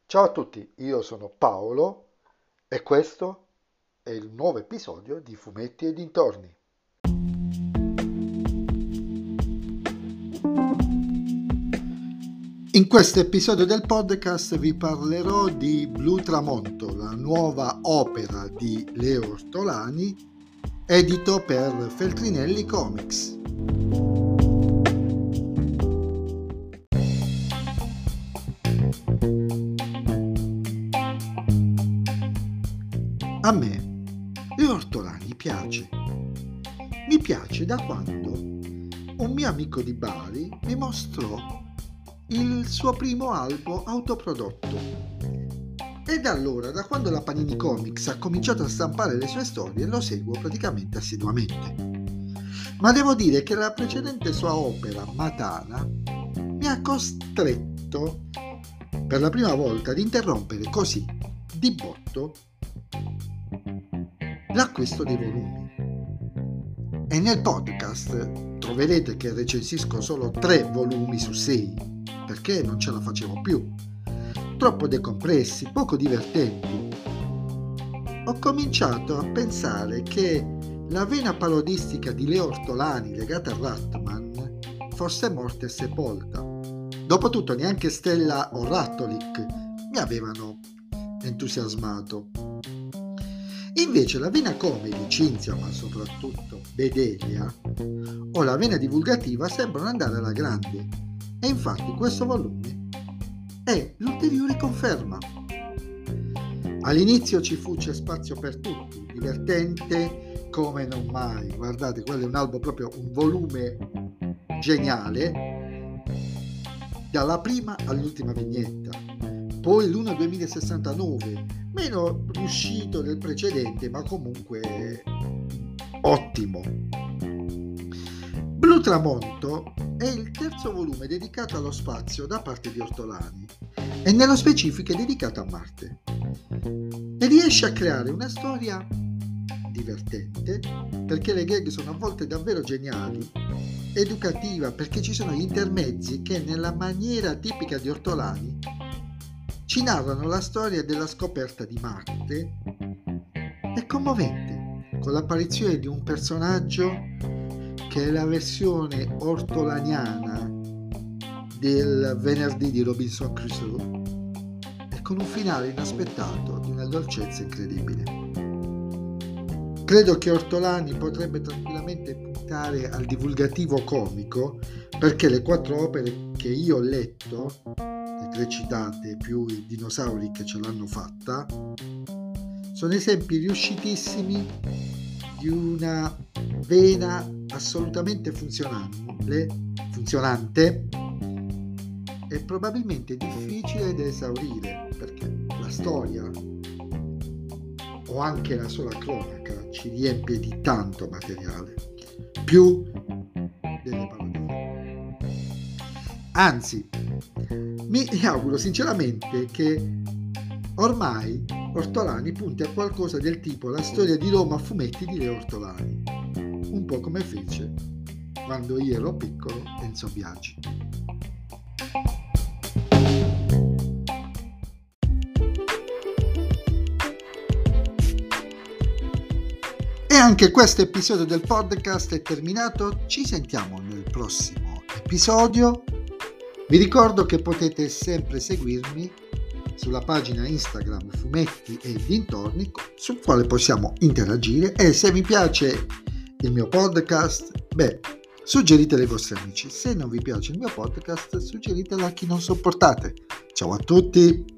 Ciao a tutti, io sono Paolo e questo è il nuovo episodio di Fumetti e dintorni. In questo episodio del podcast vi parlerò di Blu Tramonto, la nuova opera di Leo Ortolani, edito per Feltrinelli Comics. A me Leo Ortolani piace. Mi piace da quando un mio amico di Bari mi mostrò il suo primo albo autoprodotto. E da allora, da quando la Panini Comics ha cominciato a stampare le sue storie, lo seguo praticamente assiduamente. Ma devo dire che la precedente sua opera, Matana, mi ha costretto per la prima volta ad interrompere così, di botto, l'acquisto dei volumi. E nel podcast troverete che recensisco solo 3 volumi su 6, perché non ce la facevo più. Troppo decompressi, poco divertenti. Ho cominciato a pensare che la vena parodistica di Leo Ortolani legata a Ratman fosse morta e sepolta. Dopotutto neanche Stella o Rattolic mi avevano entusiasmato. Invece la vena comedy, Cinzia, ma soprattutto Bedelia, o la vena divulgativa sembrano andare alla grande. E infatti questo volume è l'ulteriore conferma. All'inizio c'è spazio per tutti, divertente come non mai. Guardate, quello è un albo, proprio un volume geniale, dalla prima all'ultima vignetta. Poi l'1 2069, meno riuscito del precedente, ma comunque ottimo. Blu Tramonto è il terzo volume dedicato allo spazio da parte di Ortolani e nello specifico è dedicato a Marte. E riesce a creare una storia divertente, perché le gag sono a volte davvero geniali, educativa perché ci sono gli intermezzi che nella maniera tipica di Ortolani ci narrano la storia della scoperta di Marte. È commovente, con l'apparizione di un personaggio che è la versione ortolaniana del venerdì di Robinson Crusoe e con un finale inaspettato di una dolcezza incredibile. Credo che Ortolani potrebbe tranquillamente puntare al divulgativo comico, perché le 4 opere che io ho letto, le 3 citate più i dinosauri che ce l'hanno fatta, sono esempi riuscitissimi di una vena assolutamente funzionante e probabilmente difficile da esaurire, perché la storia o anche la sola cronaca ci riempie di tanto materiale, più delle parodie. Anzi, mi auguro sinceramente che ormai Ortolani punti a qualcosa del tipo la storia di Roma a fumetti di Leo Ortolani, un po' come fece quando io ero piccolo Enzo Biagi. E anche questo episodio del podcast è terminato, ci sentiamo nel prossimo episodio. Vi ricordo che potete sempre seguirmi sulla pagina Instagram Fumetti e dintorni, sul quale possiamo interagire, e se vi piace il mio podcast, suggeritelo ai vostri amici. Se non vi piace il mio podcast, suggeritelo a chi non sopportate. Ciao a tutti!